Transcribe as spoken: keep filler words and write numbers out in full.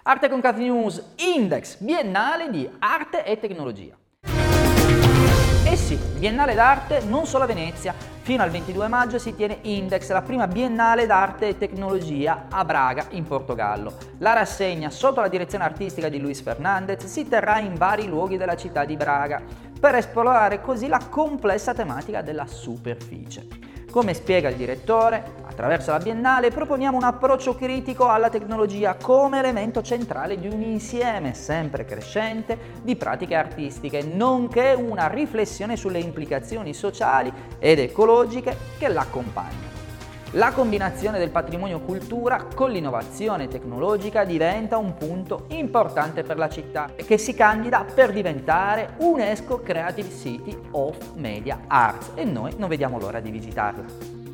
Arte con Café News Index, Biennale di Arte e Tecnologia. Eh sì, Biennale d'Arte non solo a Venezia, fino al ventidue maggio si tiene Index, la prima Biennale d'Arte e Tecnologia a Braga, in Portogallo. La rassegna, sotto la direzione artistica di Luis Fernandez, si terrà in vari luoghi della città di Braga, per esplorare così la complessa tematica della superficie. Come spiega il direttore, attraverso la Biennale proponiamo un approccio critico alla tecnologia come elemento centrale di un insieme sempre crescente di pratiche artistiche, nonché una riflessione sulle implicazioni sociali ed ecologiche che l'accompagnano. La combinazione del patrimonio cultura con l'innovazione tecnologica diventa un punto importante per la città e che si candida per diventare UNESCO Creative City of Media Arts e noi non vediamo l'ora di visitarla.